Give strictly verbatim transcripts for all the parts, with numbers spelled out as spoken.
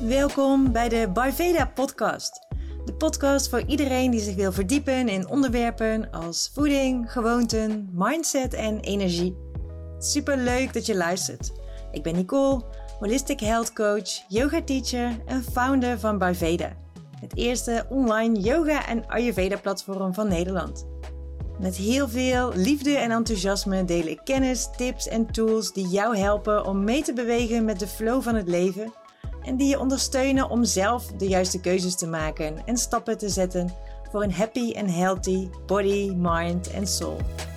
Welkom bij de Ayurveda podcast. De podcast voor iedereen die zich wil verdiepen in onderwerpen als voeding, gewoonten, mindset en energie. Super leuk dat je luistert. Ik ben Nicole, holistic health coach, yoga teacher en founder van Ayurveda. Het eerste online yoga en Ayurveda platform van Nederland. Met heel veel liefde en enthousiasme deel ik kennis, tips en tools die jou helpen om mee te bewegen met de flow van het leven. En die je ondersteunen om zelf de juiste keuzes te maken en stappen te zetten voor een happy and healthy body, mind en soul.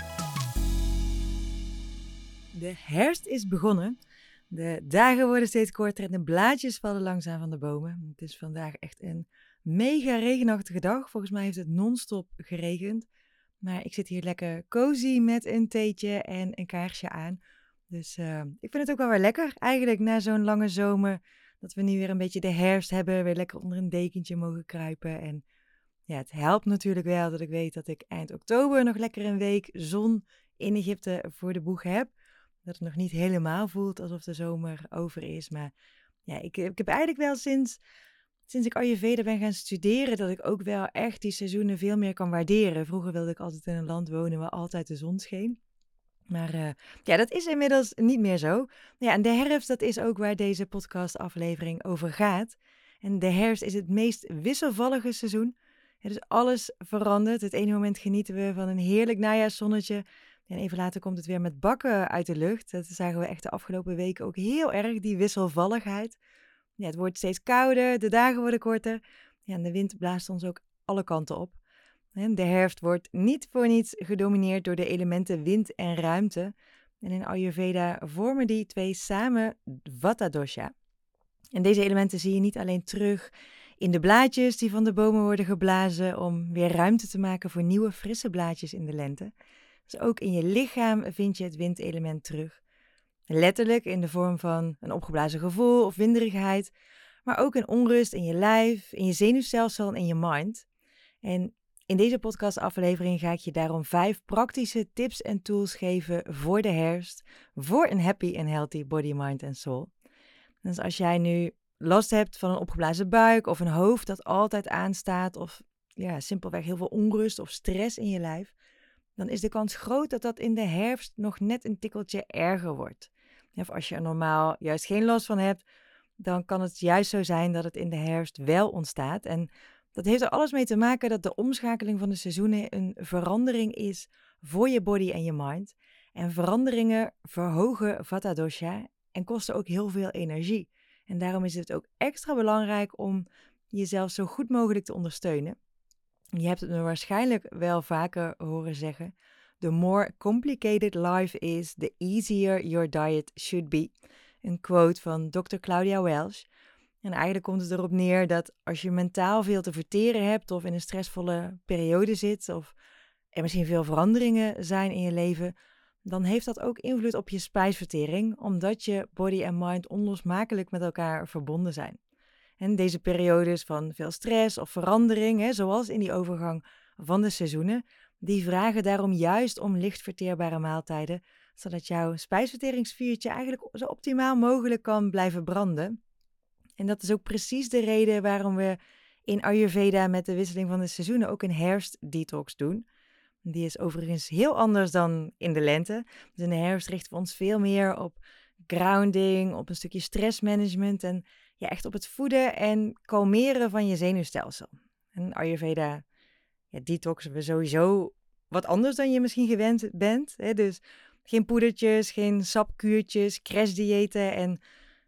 De herfst is begonnen. De dagen worden steeds korter en de blaadjes vallen langzaam van de bomen. Het is vandaag echt een mega regenachtige dag. Volgens mij heeft het non-stop geregend. Maar ik zit hier lekker cozy met een theetje en een kaarsje aan. Dus uh, ik vind het ook wel weer lekker eigenlijk na zo'n lange zomer. Dat we nu weer een beetje de herfst hebben, weer lekker onder een dekentje mogen kruipen. En ja, het helpt natuurlijk wel dat ik weet dat ik eind oktober nog lekker een week zon in Egypte voor de boeg heb. Dat het nog niet helemaal voelt alsof de zomer over is. Maar ja, ik, ik heb eigenlijk wel sinds, sinds ik Ayurveda ben gaan studeren, dat ik ook wel echt die seizoenen veel meer kan waarderen. Vroeger wilde ik altijd in een land wonen waar altijd de zon scheen. Maar uh, ja, dat is inmiddels niet meer zo. Ja, en de herfst, dat is ook waar deze podcastaflevering over gaat. En de herfst is het meest wisselvallige seizoen. Ja, dus alles verandert. Het ene moment genieten we van een heerlijk najaarszonnetje. En even later komt het weer met bakken uit de lucht. Dat zagen we echt de afgelopen weken ook heel erg, die wisselvalligheid. Ja, het wordt steeds kouder, de dagen worden korter. Ja, en de wind blaast ons ook alle kanten op. De herfst wordt niet voor niets gedomineerd door de elementen wind en ruimte. En in Ayurveda vormen die twee samen Vata dosha. En deze elementen zie je niet alleen terug in de blaadjes die van de bomen worden geblazen om weer ruimte te maken voor nieuwe frisse blaadjes in de lente. Dus ook in je lichaam vind je het windelement terug. Letterlijk in de vorm van een opgeblazen gevoel of winderigheid, maar ook een onrust in je lijf, in je zenuwstelsel en in je mind. En in deze podcastaflevering ga ik je daarom vijf praktische tips en tools geven voor de herfst, voor een happy and healthy body, mind en soul. Dus als jij nu last hebt van een opgeblazen buik of een hoofd dat altijd aanstaat of ja, simpelweg heel veel onrust of stress in je lijf, dan is de kans groot dat dat in de herfst nog net een tikkeltje erger wordt. Of als je er normaal juist geen last van hebt, dan kan het juist zo zijn dat het in de herfst wel ontstaat. En dat heeft er alles mee te maken dat de omschakeling van de seizoenen een verandering is voor je body en je mind. En veranderingen verhogen Vata dosha en kosten ook heel veel energie. En daarom is het ook extra belangrijk om jezelf zo goed mogelijk te ondersteunen. Je hebt het me waarschijnlijk wel vaker horen zeggen. The more complicated life is, the easier your diet should be. Een quote van dokter Claudia Welsh. En eigenlijk komt het erop neer dat als je mentaal veel te verteren hebt of in een stressvolle periode zit of er misschien veel veranderingen zijn in je leven, dan heeft dat ook invloed op je spijsvertering, omdat je body en mind onlosmakelijk met elkaar verbonden zijn. En deze periodes van veel stress of verandering, hè, zoals in die overgang van de seizoenen, die vragen daarom juist om licht verteerbare maaltijden, zodat jouw spijsverteringsvuurtje eigenlijk zo optimaal mogelijk kan blijven branden. En dat is ook precies de reden waarom we in Ayurveda met de wisseling van de seizoenen ook een herfstdetox doen. Die is overigens heel anders dan in de lente. Dus in de herfst richten we ons veel meer op grounding, op een stukje stressmanagement en ja, echt op het voeden en kalmeren van je zenuwstelsel. En Ayurveda ja, detoxen we sowieso wat anders dan je misschien gewend bent. Hè? Dus geen poedertjes, geen sapkuurtjes, crashdiëten en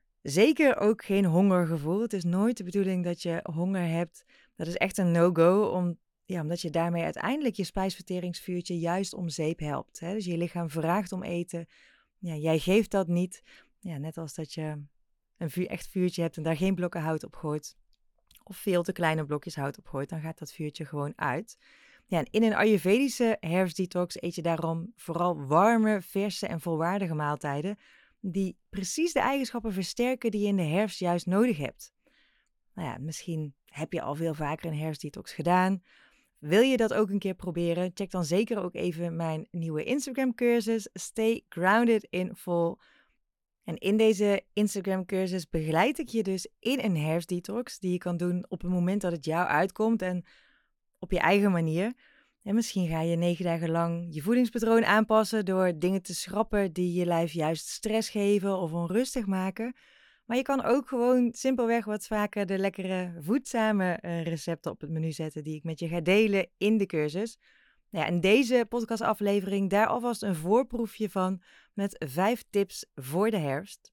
zeker ook geen hongergevoel. Het is nooit de bedoeling dat je honger hebt. Dat is echt een no-go, om, ja, omdat je daarmee uiteindelijk je spijsverteringsvuurtje juist om zeep helpt. Hè? Dus je lichaam vraagt om eten. Ja, jij geeft dat niet. Ja, net als dat je een vuur, echt vuurtje hebt en daar geen blokken hout op gooit. Of veel te kleine blokjes hout op gooit, dan gaat dat vuurtje gewoon uit. Ja, en in een Ayurvedische herfstdetox eet je daarom vooral warme, verse en volwaardige maaltijden die precies de eigenschappen versterken die je in de herfst juist nodig hebt. Nou ja, misschien heb je al veel vaker een herfstdetox gedaan. Wil je dat ook een keer proberen? Check dan zeker ook even mijn nieuwe Instagram cursus Stay Grounded in Fall. En in deze Instagram-cursus begeleid ik je dus in een herfstdetox die je kan doen op het moment dat het jou uitkomt en op je eigen manier. En misschien ga je negen dagen lang je voedingspatroon aanpassen door dingen te schrappen die je lijf juist stress geven of onrustig maken. Maar je kan ook gewoon simpelweg wat vaker de lekkere voedzame eh, recepten op het menu zetten die ik met je ga delen in de cursus. Nou ja, in deze podcastaflevering daar alvast een voorproefje van met vijf tips voor de herfst.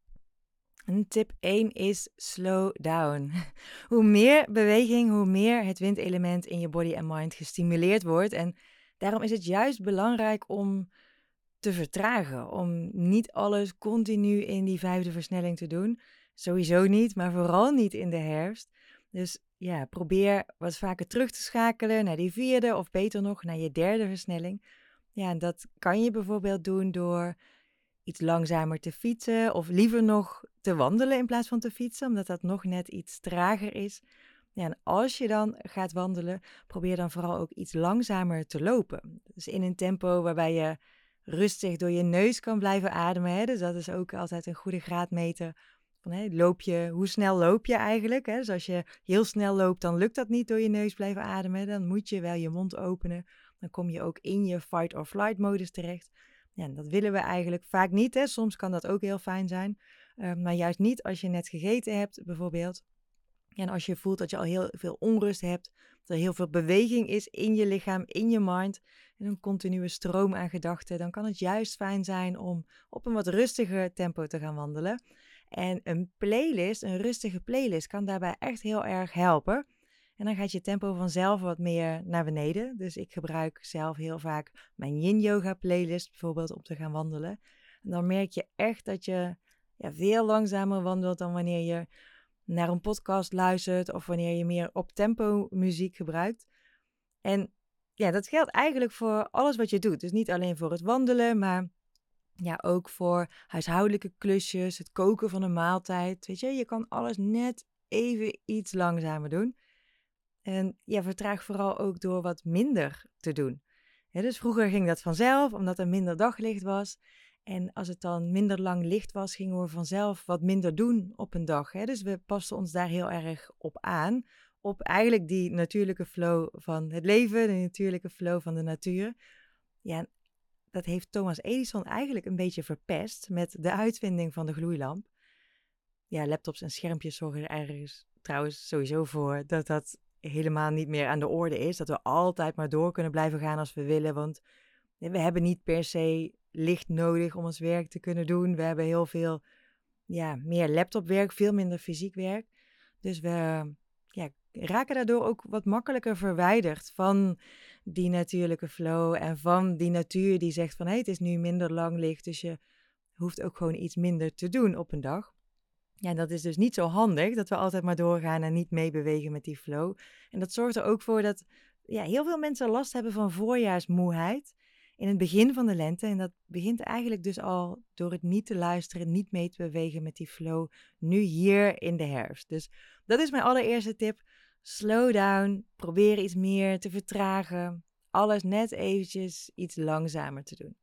En tip één is slow down. Hoe meer beweging, hoe meer het windelement in je body en mind gestimuleerd wordt. En daarom is het juist belangrijk om te vertragen. Om niet alles continu in die vijfde versnelling te doen. Sowieso niet, maar vooral niet in de herfst. Dus ja, probeer wat vaker terug te schakelen naar die vierde of beter nog naar je derde versnelling. Ja, en dat kan je bijvoorbeeld doen door iets langzamer te fietsen of liever nog te wandelen in plaats van te fietsen, omdat dat nog net iets trager is. Ja, en als je dan gaat wandelen, probeer dan vooral ook iets langzamer te lopen. Dus in een tempo waarbij je rustig door je neus kan blijven ademen. Hè? Dus dat is ook altijd een goede graadmeter. Van, hè, loop je, hoe snel loop je eigenlijk? Hè? Dus als je heel snel loopt, dan lukt dat niet door je neus blijven ademen. Dan moet je wel je mond openen. Dan kom je ook in je fight or flight modus terecht. Ja, dat willen we eigenlijk vaak niet. Hè? Soms kan dat ook heel fijn zijn. Uh, maar juist niet als je net gegeten hebt, bijvoorbeeld. En als je voelt dat je al heel veel onrust hebt. Dat er heel veel beweging is in je lichaam, in je mind. En een continue stroom aan gedachten. Dan kan het juist fijn zijn om op een wat rustiger tempo te gaan wandelen. En een playlist, een rustige playlist, kan daarbij echt heel erg helpen. En dan gaat je tempo vanzelf wat meer naar beneden. Dus ik gebruik zelf heel vaak mijn Yin Yoga playlist bijvoorbeeld om te gaan wandelen. En dan merk je echt dat je ja, veel langzamer wandelt dan wanneer je naar een podcast luistert of wanneer je meer op tempo muziek gebruikt. En ja, dat geldt eigenlijk voor alles wat je doet. Dus niet alleen voor het wandelen, maar ja, ook voor huishoudelijke klusjes, het koken van een maaltijd. Weet je, je kan alles net even iets langzamer doen. En ja, vertraag vooral ook door wat minder te doen. Ja, dus vroeger ging dat vanzelf, omdat er minder daglicht was. En als het dan minder lang licht was, gingen we vanzelf wat minder doen op een dag. Hè? Dus we pasten ons daar heel erg op aan. Op eigenlijk die natuurlijke flow van het leven, de natuurlijke flow van de natuur. Ja, dat heeft Thomas Edison eigenlijk een beetje verpest met de uitvinding van de gloeilamp. Ja, laptops en schermpjes zorgen er ergens trouwens sowieso voor dat dat helemaal niet meer aan de orde is. Dat we altijd maar door kunnen blijven gaan als we willen. Want we hebben niet per se licht nodig om ons werk te kunnen doen. We hebben heel veel ja, meer laptopwerk, veel minder fysiek werk. Dus we ja, raken daardoor ook wat makkelijker verwijderd van die natuurlijke flow. En van die natuur die zegt van hey, het is nu minder lang licht. Dus je hoeft ook gewoon iets minder te doen op een dag. Ja, dat is dus niet zo handig, dat we altijd maar doorgaan en niet meebewegen met die flow. En dat zorgt er ook voor dat ja, heel veel mensen last hebben van voorjaarsmoeheid in het begin van de lente. En dat begint eigenlijk dus al door het niet te luisteren, niet mee te bewegen met die flow, nu hier in de herfst. Dus dat is mijn allereerste tip. Slow down, probeer iets meer te vertragen, alles net eventjes iets langzamer te doen.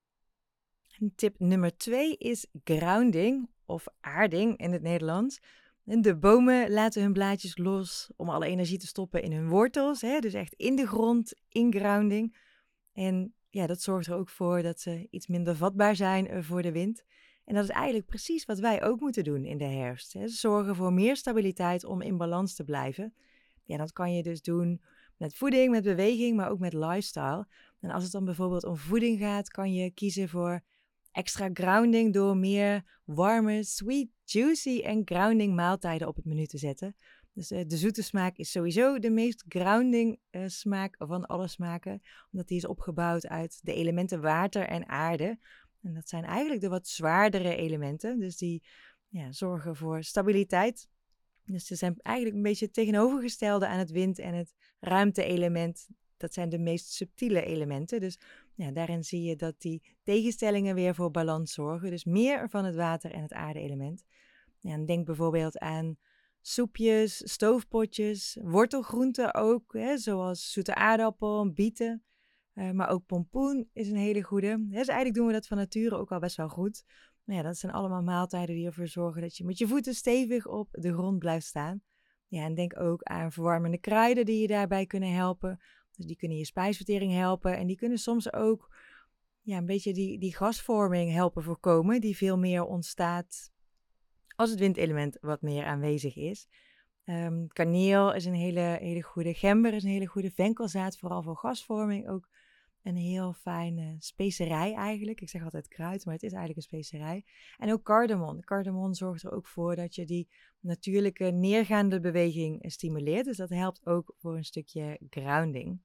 En tip nummer twee is grounding, of aarding in het Nederlands. De bomen laten hun blaadjes los om alle energie te stoppen in hun wortels. Hè? Dus echt in de grond, in grounding. En ja, dat zorgt er ook voor dat ze iets minder vatbaar zijn voor de wind. En dat is eigenlijk precies wat wij ook moeten doen in de herfst. Hè? Ze zorgen voor meer stabiliteit om in balans te blijven. Ja, dat kan je dus doen met voeding, met beweging, maar ook met lifestyle. En als het dan bijvoorbeeld om voeding gaat, kan je kiezen voor extra grounding door meer warme, sweet, juicy en grounding maaltijden op het menu te zetten. Dus uh, de zoete smaak is sowieso de meest grounding uh, smaak van alle smaken. Omdat die is opgebouwd uit de elementen water en aarde. En dat zijn eigenlijk de wat zwaardere elementen. Dus die ja, zorgen voor stabiliteit. Dus ze zijn eigenlijk een beetje het tegenovergestelde aan het wind- en het ruimte-element. Dat zijn de meest subtiele elementen. Dus ja, daarin zie je dat die tegenstellingen weer voor balans zorgen. Dus meer van het water- en het aarde-element. Ja, en denk bijvoorbeeld aan soepjes, stoofpotjes, wortelgroenten ook. Hè, zoals zoete aardappel, bieten. Uh, maar ook pompoen is een hele goede. Dus eigenlijk doen we dat van nature ook al best wel goed. Nou ja, dat zijn allemaal maaltijden die ervoor zorgen dat je met je voeten stevig op de grond blijft staan. Ja, en denk ook aan verwarmende kruiden die je daarbij kunnen helpen. Dus die kunnen je spijsvertering helpen en die kunnen soms ook ja, een beetje die, die gasvorming helpen voorkomen, die veel meer ontstaat als het windelement wat meer aanwezig is. Um, kaneel is een hele, hele goede, gember is een hele goede, venkelzaad, vooral voor gasvorming ook een heel fijne specerij eigenlijk. Ik zeg altijd kruid, maar het is eigenlijk een specerij. En ook cardamom. Cardamom zorgt er ook voor dat je die natuurlijke neergaande beweging stimuleert. Dus dat helpt ook voor een stukje grounding.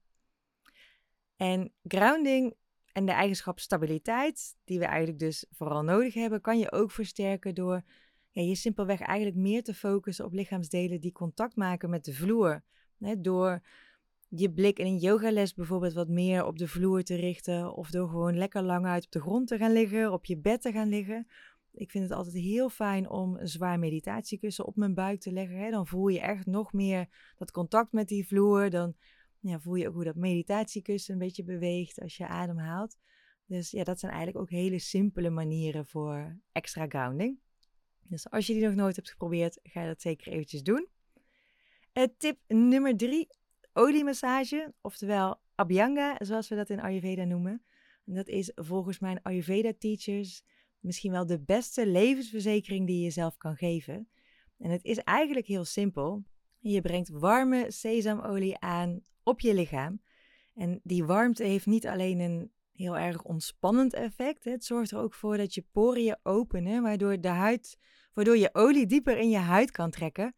En grounding en de eigenschap stabiliteit, die we eigenlijk dus vooral nodig hebben, kan je ook versterken door ja, je simpelweg eigenlijk meer te focussen op lichaamsdelen die contact maken met de vloer. Hè, door je blik in een yogales bijvoorbeeld wat meer op de vloer te richten, of door gewoon lekker lang uit op de grond te gaan liggen, op je bed te gaan liggen. Ik vind het altijd heel fijn om een zwaar meditatiekussen op mijn buik te leggen. Hè. Dan voel je echt nog meer dat contact met die vloer. Dan ja, voel je ook hoe dat meditatiekussen een beetje beweegt als je ademhaalt. Dus ja, dat zijn eigenlijk ook hele simpele manieren voor extra grounding. Dus als je die nog nooit hebt geprobeerd, ga je dat zeker eventjes doen. Uh, tip nummer drie, oliemassage, oftewel Abhyanga, zoals we dat in Ayurveda noemen. En dat is volgens mijn Ayurveda-teachers misschien wel de beste levensverzekering die je jezelf kan geven. En het is eigenlijk heel simpel. Je brengt warme sesamolie aan op je lichaam. En die warmte heeft niet alleen een heel erg ontspannend effect. Het zorgt er ook voor dat je poriën openen, waardoor, de huid, waardoor je olie dieper in je huid kan trekken.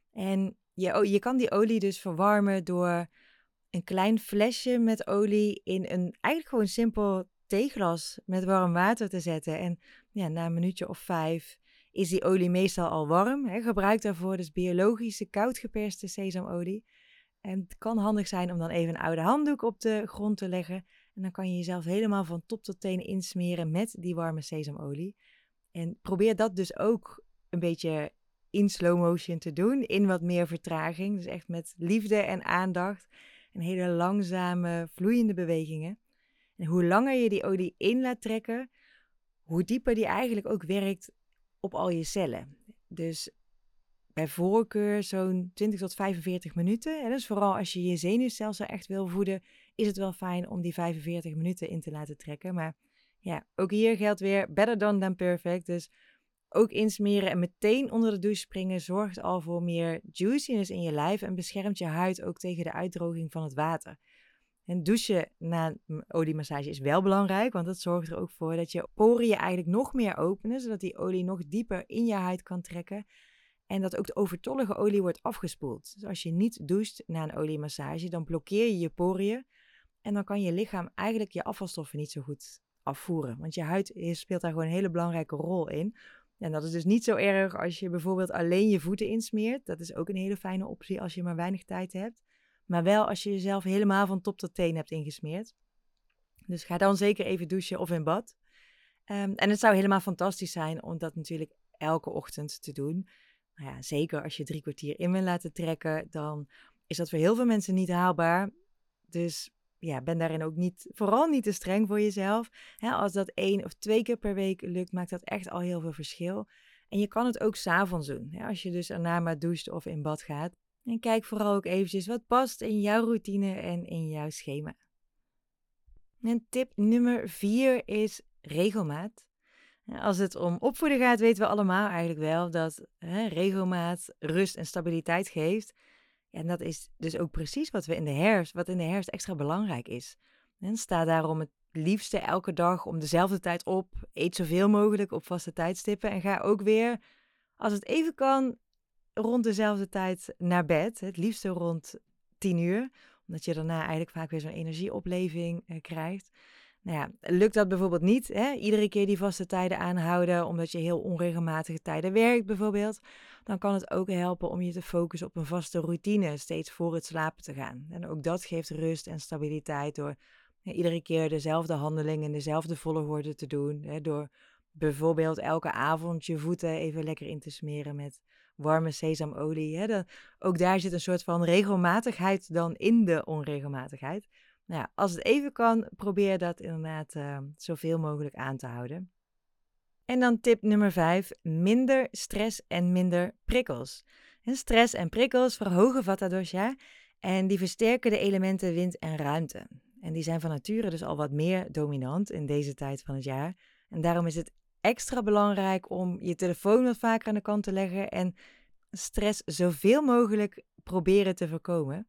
En je, je kan die olie dus verwarmen door een klein flesje met olie in een eigenlijk gewoon simpel theeglas met warm water te zetten. En ja, na een minuutje of vijf is die olie meestal al warm. Hè. Gebruik daarvoor dus biologische koud geperste sesamolie. En het kan handig zijn om dan even een oude handdoek op de grond te leggen. En dan kan je jezelf helemaal van top tot teen insmeren met die warme sesamolie. En probeer dat dus ook een beetje in slow motion te doen, in wat meer vertraging. Dus echt met liefde en aandacht en hele langzame, vloeiende bewegingen. En hoe langer je die olie in laat trekken, hoe dieper die eigenlijk ook werkt op al je cellen. Dus bij voorkeur zo'n twintig tot vijfenveertig minuten. En dus vooral als je je zenuwstelsel echt wil voeden, is het wel fijn om die vijfenveertig minuten in te laten trekken. Maar ja, ook hier geldt weer better done than perfect. Dus ook insmeren en meteen onder de douche springen zorgt al voor meer juiciness in je lijf en beschermt je huid ook tegen de uitdroging van het water. En douchen na een oliemassage is wel belangrijk, want dat zorgt er ook voor dat je poriën eigenlijk nog meer openen, zodat die olie nog dieper in je huid kan trekken. En dat ook de overtollige olie wordt afgespoeld. Dus als je niet doucht na een oliemassage, dan blokkeer je je poriën. En dan kan je lichaam eigenlijk je afvalstoffen niet zo goed afvoeren. Want je huid speelt daar gewoon een hele belangrijke rol in. En dat is dus niet zo erg als je bijvoorbeeld alleen je voeten insmeert. Dat is ook een hele fijne optie als je maar weinig tijd hebt. Maar wel als je jezelf helemaal van top tot teen hebt ingesmeerd. Dus ga dan zeker even douchen of in bad. Um, en het zou helemaal fantastisch zijn om dat natuurlijk elke ochtend te doen. Nou ja, zeker als je drie kwartier in wil laten trekken, dan is dat voor heel veel mensen niet haalbaar. Dus ja, ben daarin ook niet, vooral niet te streng voor jezelf. He, als dat één of twee keer per week lukt, maakt dat echt al heel veel verschil. En je kan het ook 's avonds doen, he, als je dus erna maar doucht of in bad gaat. En kijk vooral ook eventjes wat past in jouw routine en in jouw schema. En tip nummer vier is regelmaat. Als het om opvoeden gaat, weten we allemaal eigenlijk wel dat hè, regelmaat rust en stabiliteit geeft. Ja, en dat is dus ook precies wat, we in de herfst, wat in de herfst extra belangrijk is. En sta daarom het liefste elke dag om dezelfde tijd op. Eet zoveel mogelijk op vaste tijdstippen. En ga ook weer, als het even kan, rond dezelfde tijd naar bed. Het liefste rond tien uur. Omdat je daarna eigenlijk vaak weer zo'n energieopleving eh, krijgt. Nou ja, lukt dat bijvoorbeeld niet, hè? Iedere keer die vaste tijden aanhouden, omdat je heel onregelmatige tijden werkt bijvoorbeeld, dan kan het ook helpen om je te focussen op een vaste routine, steeds voor het slapen te gaan. En ook dat geeft rust en stabiliteit door ja, iedere keer dezelfde handeling in dezelfde volgorde te doen. Hè? Door bijvoorbeeld elke avond je voeten even lekker in te smeren met warme sesamolie. Hè? Dat, ook daar zit een soort van regelmatigheid dan in de onregelmatigheid. Nou ja, als het even kan, probeer dat inderdaad uh, zoveel mogelijk aan te houden. En dan tip nummer vijf, minder stress en minder prikkels. En stress en prikkels verhogen Vata dosha en die versterken de elementen wind en ruimte. En die zijn van nature dus al wat meer dominant in deze tijd van het jaar. En daarom is het extra belangrijk om je telefoon wat vaker aan de kant te leggen en stress zoveel mogelijk proberen te voorkomen.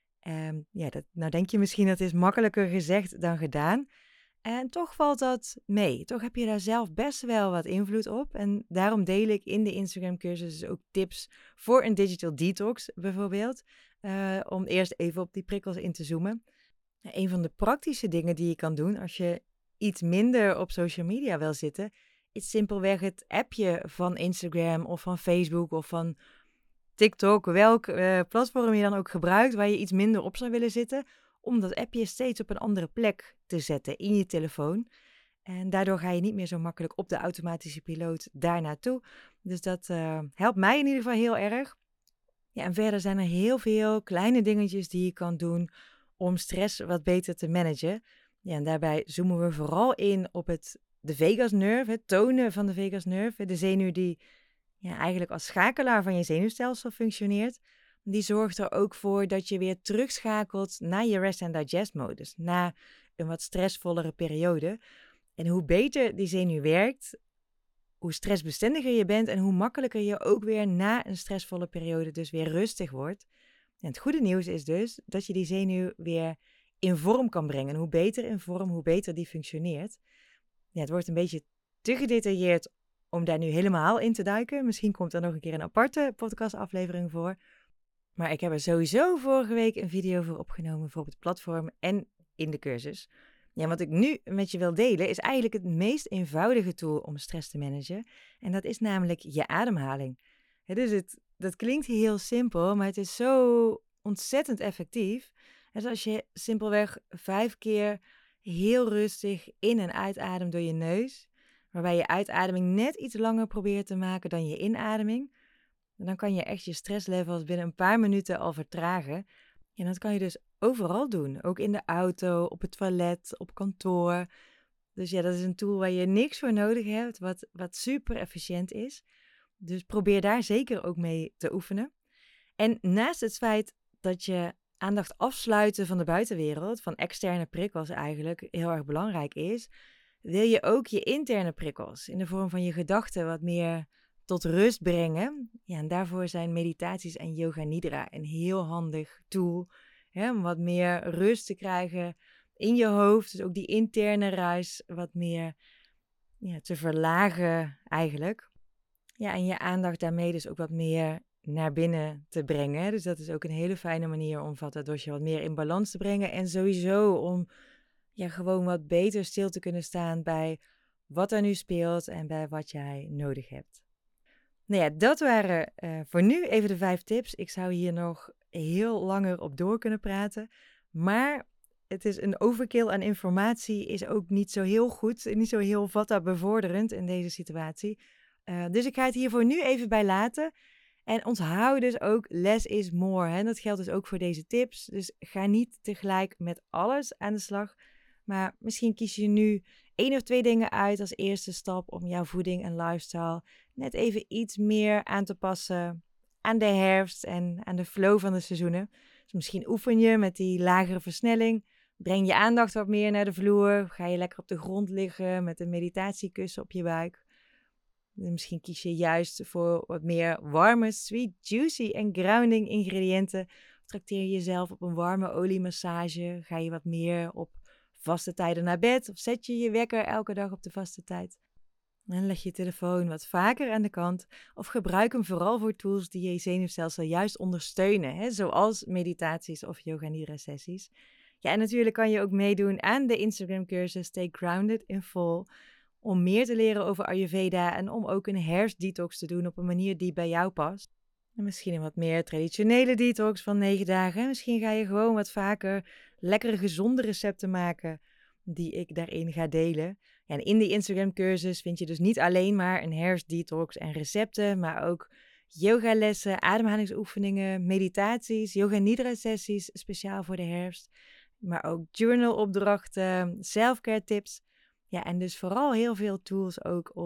Um, ja, dat, nou denk je misschien dat is makkelijker gezegd dan gedaan. En toch valt dat mee. Toch heb je daar zelf best wel wat invloed op. En daarom deel ik in de Instagram-cursus ook tips voor een digital detox bijvoorbeeld. Uh, om eerst even op die prikkels in te zoomen. Een van de praktische dingen die je kan doen als je iets minder op social media wil zitten, is simpelweg het appje van Instagram of van Facebook of van TikTok, welk uh, platform je dan ook gebruikt, waar je iets minder op zou willen zitten, om dat appje steeds op een andere plek te zetten in je telefoon. En daardoor ga je niet meer zo makkelijk op de automatische piloot daar naartoe. Dus dat uh, helpt mij in ieder geval heel erg. Ja, en verder zijn er heel veel kleine dingetjes die je kan doen om stress wat beter te managen. Ja, en daarbij zoomen we vooral in op het, de vagusnerve, het tonen van de vagusnerve, de zenuw die ja, eigenlijk als schakelaar van je zenuwstelsel functioneert. Die zorgt er ook voor dat je weer terugschakelt naar je rest and digest modus, na een wat stressvollere periode. En hoe beter die zenuw werkt, hoe stressbestendiger je bent en hoe makkelijker je ook weer na een stressvolle periode dus weer rustig wordt. En het goede nieuws is dus dat je die zenuw weer in vorm kan brengen. En hoe beter in vorm, hoe beter die functioneert. Ja, het wordt een beetje te gedetailleerd om daar nu helemaal in te duiken. Misschien komt er nog een keer een aparte podcastaflevering voor. Maar ik heb er sowieso vorige week een video voor opgenomen voor op het platform en in de cursus. Ja, wat ik nu met je wil delen is eigenlijk het meest eenvoudige tool om stress te managen. En dat is namelijk je ademhaling. Ja, dus het, dat klinkt heel simpel, maar het is zo ontzettend effectief. Dus als je simpelweg vijf keer heel rustig in- en uitademt door je neus, waarbij je uitademing net iets langer probeert te maken dan je inademing, dan kan je echt je stresslevels binnen een paar minuten al vertragen. En dat kan je dus overal doen. Ook in de auto, op het toilet, op kantoor. Dus ja, dat is een tool waar je niks voor nodig hebt, wat, wat super efficiënt is. Dus probeer daar zeker ook mee te oefenen. En naast het feit dat je aandacht afsluiten van de buitenwereld, van externe prikkels eigenlijk, heel erg belangrijk is, wil je ook je interne prikkels in de vorm van je gedachten wat meer tot rust brengen. Ja, en daarvoor zijn meditaties en yoga nidra een heel handig tool, hè, om wat meer rust te krijgen in je hoofd. Dus ook die interne ruis wat meer ja, te verlagen eigenlijk. Ja, en je aandacht daarmee dus ook wat meer naar binnen te brengen. Dus dat is ook een hele fijne manier om Vata dosha wat meer in balans te brengen. En sowieso om ja, gewoon wat beter stil te kunnen staan bij wat er nu speelt en bij wat jij nodig hebt. Nou ja, dat waren uh, voor nu even de vijf tips. Ik zou hier nog heel langer op door kunnen praten. Maar het is een overkill aan informatie is ook niet zo heel goed, niet zo heel Vata bevorderend in deze situatie. Uh, dus ik ga het hier voor nu even bij laten. En onthoud dus ook less is more. Hè? Dat geldt dus ook voor deze tips. Dus ga niet tegelijk met alles aan de slag. Maar misschien kies je nu één of twee dingen uit als eerste stap om jouw voeding en lifestyle net even iets meer aan te passen aan de herfst en aan de flow van de seizoenen. Dus misschien oefen je met die lagere versnelling. Breng je aandacht wat meer naar de vloer. Ga je lekker op de grond liggen met een meditatiekussen op je buik. Misschien kies je juist voor wat meer warme, sweet, juicy en grounding ingrediënten. Of trakteer je jezelf op een warme oliemassage. Ga je wat meer op vaste tijden naar bed. Of zet je je wekker elke dag op de vaste tijd. En leg je telefoon wat vaker aan de kant. Of gebruik hem vooral voor tools die je zenuwstelsel juist ondersteunen. Hè? Zoals meditaties of yoga nidra sessies. Ja, en natuurlijk kan je ook meedoen aan de Instagram cursus Stay Grounded in Fall. Om meer te leren over Ayurveda en om ook een herfstdetox te doen op een manier die bij jou past. En misschien een wat meer traditionele detox van negen dagen. Misschien ga je gewoon wat vaker lekkere gezonde recepten maken die ik daarin ga delen. Ja, en in die Instagram cursus vind je dus niet alleen maar een herfstdetox en recepten, maar ook yogalessen, ademhalingsoefeningen, meditaties, yoga nidra sessies speciaal voor de herfst. Maar ook journalopdrachten, selfcare tips. Ja, en dus vooral heel veel tools ook om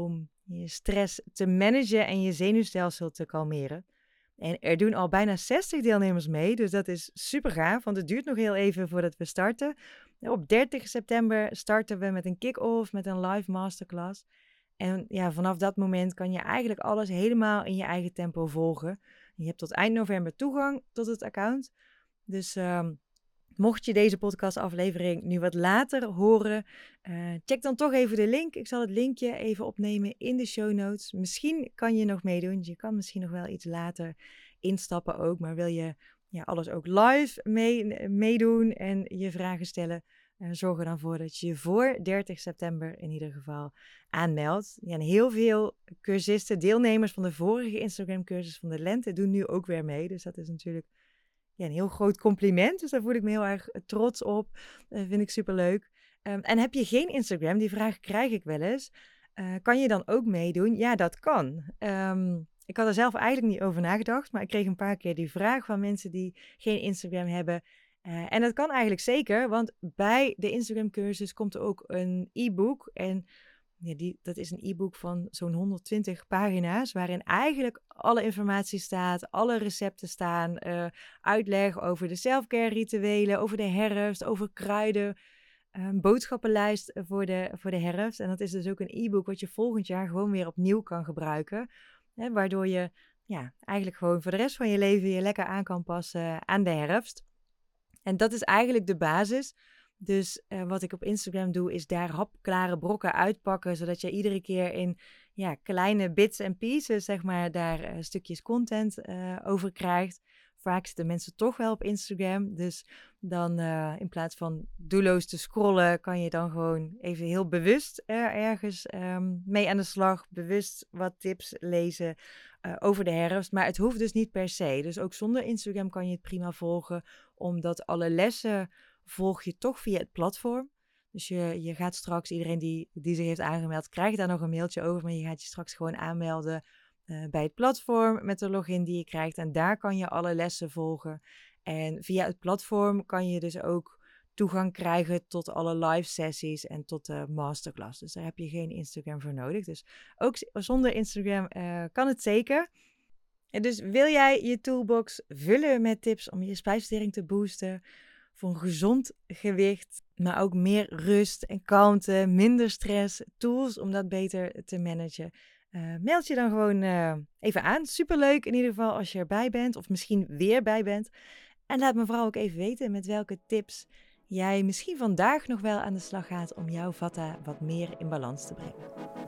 je stress te managen en je zenuwstelsel te kalmeren. En er doen al bijna zestig deelnemers mee, dus dat is super gaaf, want het duurt nog heel even voordat we starten. Op dertig september starten we met een kick-off, met een live masterclass. En ja, vanaf dat moment kan je eigenlijk alles helemaal in je eigen tempo volgen. Je hebt tot eind november toegang tot het account. Dus uh, mocht je deze podcastaflevering nu wat later horen, uh, check dan toch even de link. Ik zal het linkje even opnemen in de show notes. Misschien kan je nog meedoen. Je kan misschien nog wel iets later instappen ook. Maar wil je ja, alles ook live mee, meedoen en je vragen stellen? Uh, zorg er dan voor dat je je voor dertig september in ieder geval aanmeldt. Ja, en heel veel cursisten, deelnemers van de vorige Instagram cursus van de lente doen nu ook weer mee. Dus dat is natuurlijk ja, een heel groot compliment. Dus daar voel ik me heel erg trots op. Dat uh, vind ik superleuk. Um, en heb je geen Instagram? Die vraag krijg ik wel eens. Uh, kan je dan ook meedoen? Ja, dat kan. Um, ik had er zelf eigenlijk niet over nagedacht. Maar ik kreeg een paar keer die vraag van mensen die geen Instagram hebben. Uh, en dat kan eigenlijk zeker, want bij de Instagram cursus komt er ook een e-book. En ja, die, dat is een e-book van zo'n honderdtwintig pagina's, waarin eigenlijk alle informatie staat, alle recepten staan, uh, uitleg over de selfcare rituelen, over de herfst, over kruiden, een boodschappenlijst voor de, voor de herfst. En dat is dus ook een e-book wat je volgend jaar gewoon weer opnieuw kan gebruiken, hè, waardoor je ja, eigenlijk gewoon voor de rest van je leven je lekker aan kan passen aan de herfst. En dat is eigenlijk de basis. Dus uh, wat ik op Instagram doe, is daar hapklare brokken uitpakken, zodat je iedere keer in ja, kleine bits en pieces, zeg maar, daar uh, stukjes content uh, over krijgt. Vaak zitten mensen toch wel op Instagram, dus dan uh, in plaats van doelloos te scrollen, kan je dan gewoon even heel bewust uh, ergens um, mee aan de slag, bewust wat tips lezen uh, over de herfst. Maar het hoeft dus niet per se. Dus ook zonder Instagram kan je het prima volgen, omdat alle lessen volg je toch via het platform. Dus je, je gaat straks, iedereen die, die zich heeft aangemeld, krijgt daar nog een mailtje over. Maar je gaat je straks gewoon aanmelden uh, bij het platform met de login die je krijgt. En daar kan je alle lessen volgen. En via het platform kan je dus ook toegang krijgen tot alle live sessies en tot de masterclass. Dus daar heb je geen Instagram voor nodig. Dus ook zonder Instagram uh, kan het zeker. En dus wil jij je toolbox vullen met tips om je spijsvertering te boosten, voor een gezond gewicht, maar ook meer rust en kalmte, minder stress, tools om dat beter te managen. Uh, meld je dan gewoon uh, even aan. Superleuk in ieder geval als je erbij bent of misschien weer bij bent. En laat me vooral ook even weten met welke tips jij misschien vandaag nog wel aan de slag gaat om jouw vata wat meer in balans te brengen.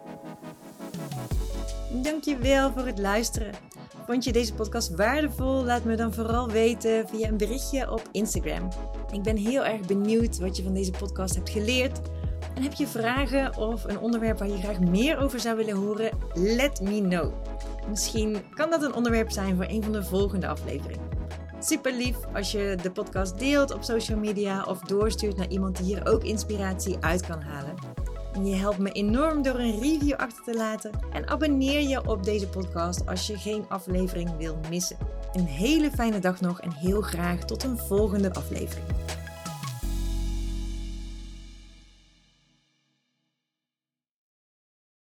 Dankjewel voor het luisteren. Vond je deze podcast waardevol? Laat me dan vooral weten via een berichtje op Instagram. Ik ben heel erg benieuwd wat je van deze podcast hebt geleerd. En heb je vragen of een onderwerp waar je graag meer over zou willen horen? Let me know. Misschien kan dat een onderwerp zijn voor een van de volgende afleveringen. Super lief als je de podcast deelt op social media of doorstuurt naar iemand die hier ook inspiratie uit kan halen. En je helpt me enorm door een review achter te laten. En abonneer je op deze podcast als je geen aflevering wil missen. Een hele fijne dag nog en heel graag tot een volgende aflevering.